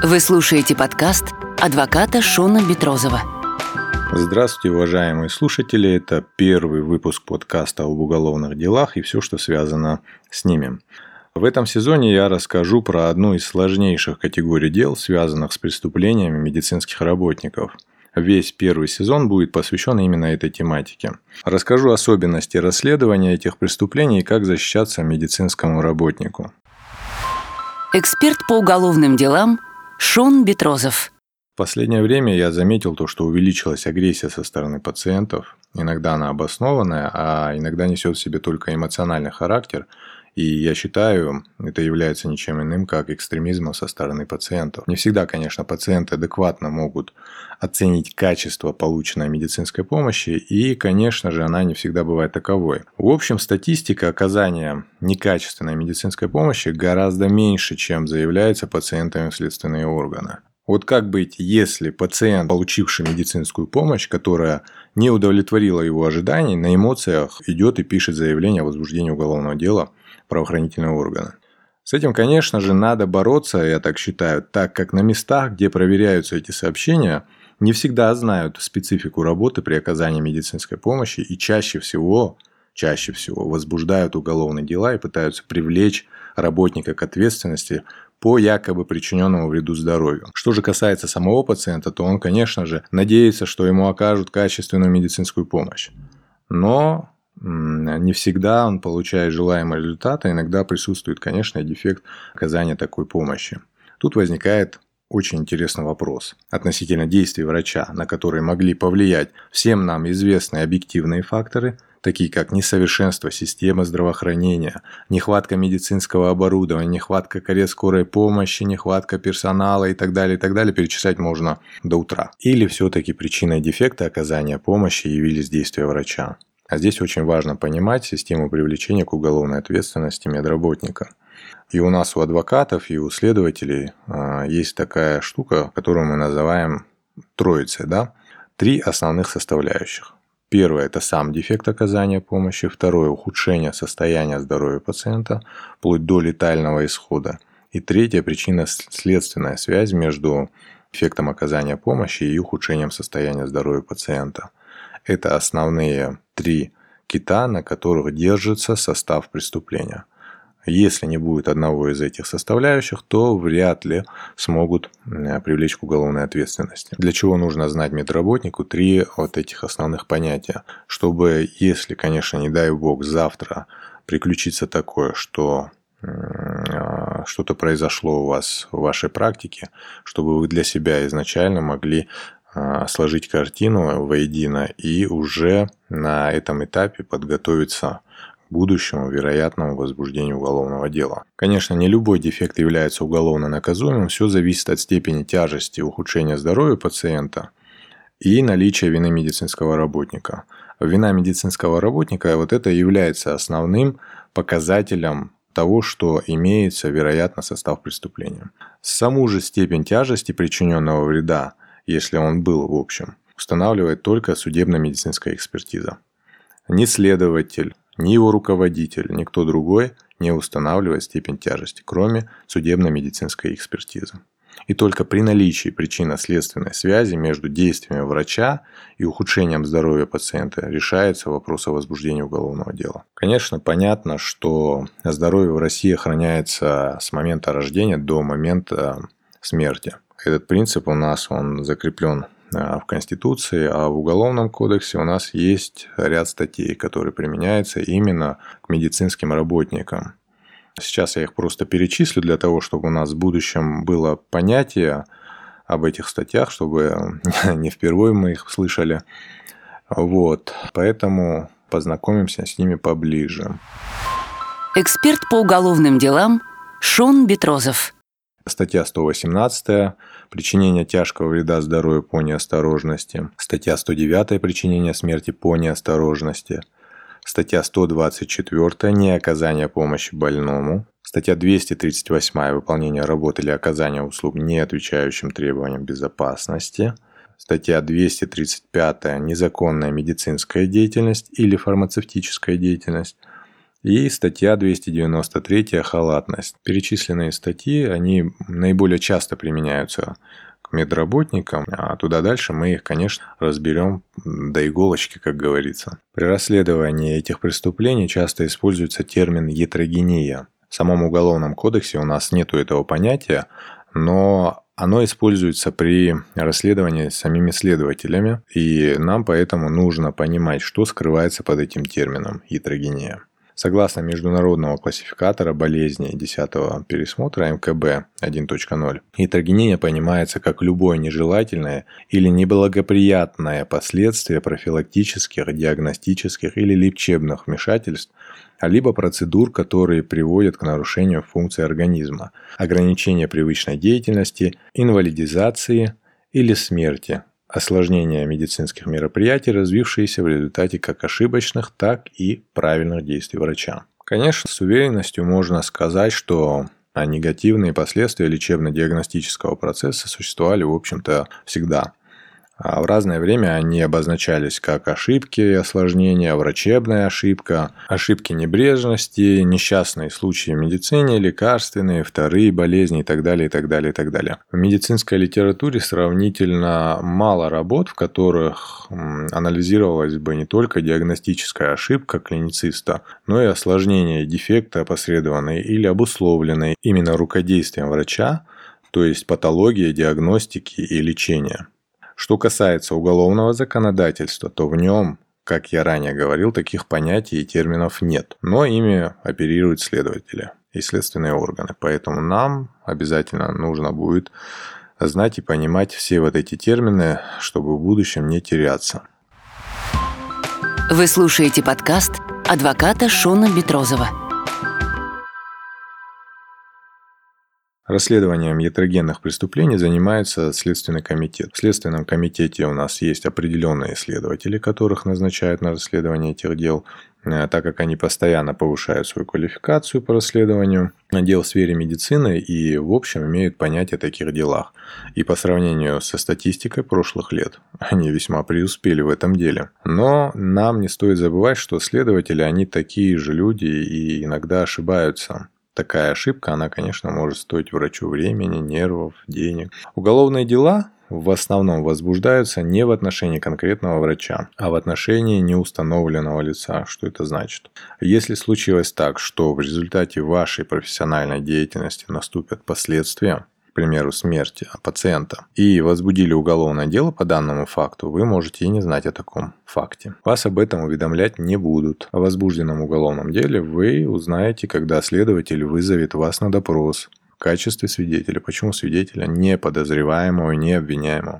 Вы слушаете подкаст адвоката Шона Бетрозова. Здравствуйте, уважаемые слушатели. Это первый выпуск подкаста об уголовных делах и все, что связано с ними. В этом сезоне я расскажу про одну из сложнейших категорий дел, связанных с преступлениями медицинских работников. Весь первый сезон будет посвящен именно этой тематике. Расскажу особенности расследования этих преступлений и как защищаться медицинскому работнику. Эксперт по уголовным делам Шон Бетрозов. В последнее время я заметил то, что увеличилась агрессия со стороны пациентов. Иногда она обоснованная, а иногда несет в себе только эмоциональный характер. И я считаю, это является ничем иным, как экстремизмом со стороны пациентов. Не всегда, конечно, пациенты адекватно могут оценить качество полученной медицинской помощи, и, конечно же, она не всегда бывает таковой. В общем, статистика оказания некачественной медицинской помощи гораздо меньше, чем заявляется пациентами в следственные органы. Вот как быть, если пациент, получивший медицинскую помощь, которая не удовлетворила его ожиданий, на эмоциях идет и пишет заявление о возбуждении уголовного дела в правоохранительные органы? С этим, конечно же, надо бороться, я так считаю, так как на местах, где проверяются эти сообщения, не всегда знают специфику работы при оказании медицинской помощи и чаще всего возбуждают уголовные дела и пытаются привлечь работника к ответственности по якобы причиненному вреду здоровью. Что же касается самого пациента, то он, конечно же, надеется, что ему окажут качественную медицинскую помощь. Но не всегда он получает желаемый результат, а иногда присутствует, конечно, дефект оказания такой помощи. Тут возникает очень интересный вопрос относительно действий врача, на которые могли повлиять всем нам известные объективные факторы, такие как несовершенство системы здравоохранения, нехватка медицинского оборудования, нехватка карет скорой помощи, нехватка персонала и так далее, перечислять можно до утра. Или все-таки причиной дефекта оказания помощи явились действия врача. А здесь очень важно понимать систему привлечения к уголовной ответственности медработника. И у нас, у адвокатов, и у следователей есть такая штука, которую мы называем троицей. 3 основных составляющих. Первое – это сам дефект оказания помощи. Второе – ухудшение состояния здоровья пациента, вплоть до летального исхода. И третья – причинно-следственная связь между дефектом оказания помощи и ухудшением состояния здоровья пациента. Это основные 3 кита, на которых держится состав преступления. Если не будет одного из этих составляющих, то вряд ли смогут привлечь к уголовной ответственности. Для чего нужно знать медработнику 3 вот этих основных понятия? Чтобы, если, конечно, не дай бог, завтра приключится такое, что что-то произошло у вас в вашей практике, чтобы вы для себя изначально могли сложить картину воедино и уже на этом этапе подготовиться к будущему вероятному возбуждению уголовного дела. Конечно, не любой дефект является уголовно наказуемым, все зависит от степени тяжести ухудшения здоровья пациента и наличия вины медицинского работника. Вина медицинского работника вот это является основным показателем того, что имеется, вероятно, состав преступления. Саму же степень тяжести причиненного вреда, если он был в общем, устанавливает только судебно-медицинская экспертиза. Ни следователь, ни его руководитель, никто другой не устанавливает степень тяжести, кроме судебно-медицинской экспертизы. И только при наличии причинно-следственной связи между действиями врача и ухудшением здоровья пациента решается вопрос о возбуждении уголовного дела. Конечно, понятно, что здоровье в России охраняется с момента рождения до момента смерти. Этот принцип у нас закреплен в Конституции, а в Уголовном кодексе у нас есть ряд статей, которые применяются именно к медицинским работникам. Сейчас я их просто перечислю для того, чтобы у нас в будущем было понятие об этих статьях, чтобы не впервые мы их слышали. Поэтому познакомимся с ними поближе. Эксперт по уголовным делам Шон Бетрозов. Статья 118 «Причинение тяжкого вреда здоровью по неосторожности». Статья 109 «Причинение смерти по неосторожности». Статья 124 «Неоказание помощи больному». Статья 238 «Выполнение работы или оказание услуг, не отвечающим требованиям безопасности». Статья 235 «Незаконная медицинская деятельность или фармацевтическая деятельность». И статья 293 «Халатность». Перечисленные статьи, они наиболее часто применяются к медработникам, а туда дальше мы их, конечно, разберем до иголочки, как говорится. При расследовании этих преступлений часто используется термин «ятрогения». В самом Уголовном кодексе у нас нету этого понятия, но оно используется при расследовании самими следователями, и нам поэтому нужно понимать, что скрывается под этим термином «ятрогения». Согласно международного классификатора болезней 10-го пересмотра МКБ 1.0, ятрогения понимается как любое нежелательное или неблагоприятное последствие профилактических, диагностических или лечебных вмешательств, либо процедур, которые приводят к нарушению функций организма, ограничению привычной деятельности, инвалидизации или смерти, осложнения медицинских мероприятий, развившиеся в результате как ошибочных, так и правильных действий врача. Конечно, с уверенностью можно сказать, что негативные последствия лечебно-диагностического процесса существовали, в общем-то, всегда. А в разное время они обозначались как ошибки и осложнения, врачебная ошибка, ошибки небрежности, несчастные случаи в медицине, лекарственные, вторые болезни и так далее, и так далее, и так далее. В медицинской литературе сравнительно мало работ, в которых анализировалась бы не только диагностическая ошибка клинициста, но и осложнения и дефекты, опосредованные или обусловленные именно рукодействием врача, то есть патология, диагностики и лечения. Что касается уголовного законодательства, то в нем, как я ранее говорил, таких понятий и терминов нет, но ими оперируют следователи и следственные органы. Поэтому нам обязательно нужно будет знать и понимать все вот эти термины, чтобы в будущем не теряться. Вы слушаете подкаст адвоката Шона Бетрозова. Расследованием ятрогенных преступлений занимается Следственный комитет. В Следственном комитете у нас есть определенные следователи, которых назначают на расследование этих дел, так как они постоянно повышают свою квалификацию по расследованию дел в сфере медицины и, в общем, имеют понятие о таких делах. И по сравнению со статистикой прошлых лет, они весьма преуспели в этом деле. Но нам не стоит забывать, что следователи, они такие же люди и иногда ошибаются. Такая ошибка, она, конечно, может стоить врачу времени, нервов, денег. Уголовные дела в основном возбуждаются не в отношении конкретного врача, а в отношении неустановленного лица. Что это значит? Если случилось так, что в результате вашей профессиональной деятельности наступят последствия, к примеру, смерти пациента, и возбудили уголовное дело по данному факту, вы можете и не знать о таком факте. Вас об этом уведомлять не будут. О возбужденном уголовном деле вы узнаете, когда следователь вызовет вас на допрос в качестве свидетеля. Почему свидетеля? Не подозреваемого, не обвиняемого.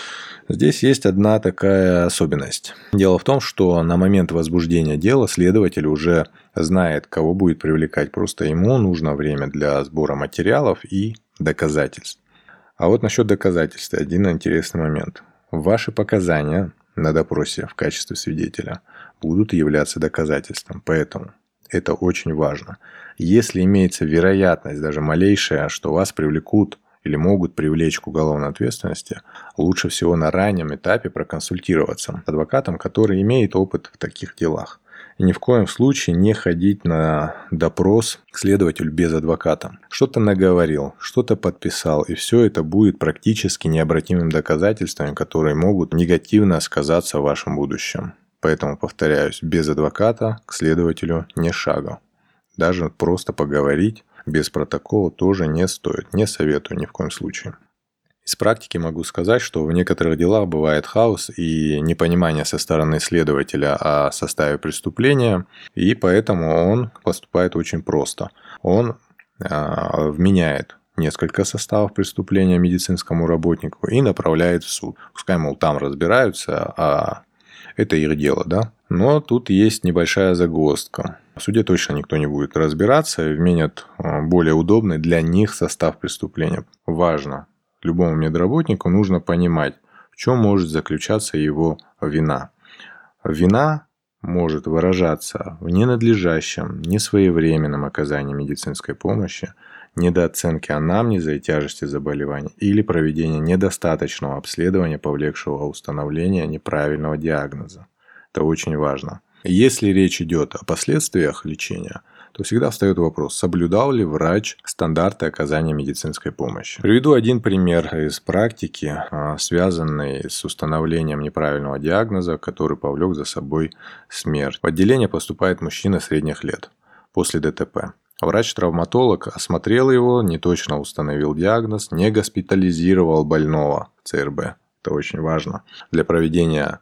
Здесь есть одна такая особенность. Дело в том, что на момент возбуждения дела следователь уже знает, кого будет привлекать. Просто ему нужно время для сбора материалов и доказательств. А вот насчет доказательств один интересный момент. Ваши показания на допросе в качестве свидетеля будут являться доказательством. Поэтому это очень важно. Если имеется вероятность, даже малейшая, что вас привлекут или могут привлечь к уголовной ответственности, лучше всего на раннем этапе проконсультироваться с адвокатом, который имеет опыт в таких делах. И ни в коем случае не ходить на допрос к следователю без адвоката. Что-то наговорил, что-то подписал, и все это будет практически необратимым доказательством, которые могут негативно сказаться в вашем будущем. Поэтому, повторяюсь, без адвоката к следователю не шагу. Даже просто поговорить без протокола тоже не стоит, не советую ни в коем случае. Из практики могу сказать, что в некоторых делах бывает хаос и непонимание со стороны следователя о составе преступления, и поэтому он поступает очень просто. Он вменяет несколько составов преступления медицинскому работнику и направляет в суд. Пускай, мол, там разбираются, а это их дело, да? Но тут есть небольшая загвоздка. В суде точно никто не будет разбираться и вменят более удобный для них состав преступления. Важно. Любому медработнику нужно понимать, в чем может заключаться его вина. Вина может выражаться в ненадлежащем, несвоевременном оказании медицинской помощи, недооценке анамнеза и тяжести заболевания или проведении недостаточного обследования, повлекшего установления неправильного диагноза. Это очень важно. Если речь идет о последствиях лечения, то всегда встает вопрос, соблюдал ли врач стандарты оказания медицинской помощи. Приведу один пример из практики, связанный с установлением неправильного диагноза, который повлек за собой смерть. В отделение поступает мужчина средних лет после ДТП. Врач-травматолог осмотрел его, неточно установил диагноз, не госпитализировал больного в ЦРБ. Это очень важно для проведения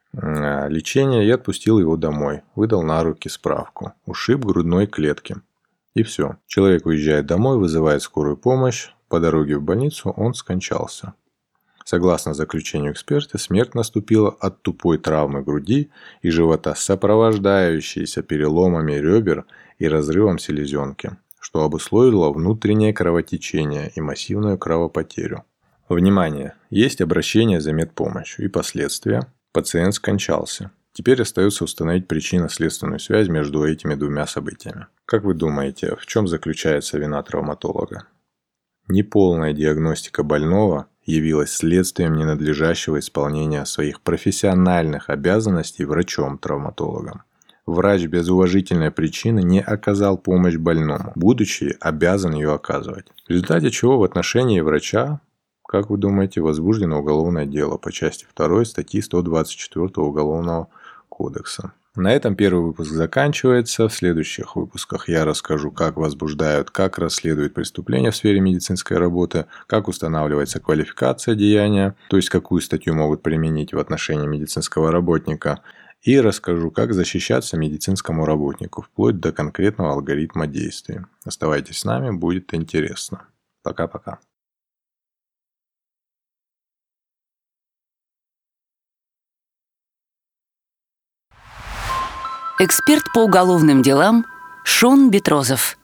лечения и отпустил его домой. Выдал на руки справку. Ушиб грудной клетки. И все. Человек уезжает домой, вызывает скорую помощь. По дороге в больницу он скончался. Согласно заключению эксперта, смерть наступила от тупой травмы груди и живота, сопровождающейся переломами ребер и разрывом селезенки, что обусловило внутреннее кровотечение и массивную кровопотерю. Внимание! Есть обращение за медпомощью и последствия. Пациент скончался. Теперь остается установить причинно-следственную связь между этими двумя событиями. Как вы думаете, в чем заключается вина травматолога? Неполная диагностика больного явилась следствием ненадлежащего исполнения своих профессиональных обязанностей врачом-травматологом. Врач без уважительной причины не оказал помощь больному, будучи обязан ее оказывать. В результате чего в отношении врача, как вы думаете, возбуждено уголовное дело по части 2 статьи 124 Уголовного кодекса. На этом первый выпуск заканчивается. В следующих выпусках я расскажу, как возбуждают, как расследуют преступления в сфере медицинской работы, как устанавливается квалификация деяния, то есть какую статью могут применить в отношении медицинского работника, и расскажу, как защищаться медицинскому работнику, вплоть до конкретного алгоритма действий. Оставайтесь с нами, будет интересно. Пока-пока. Эксперт по уголовным делам Шон Битрозов.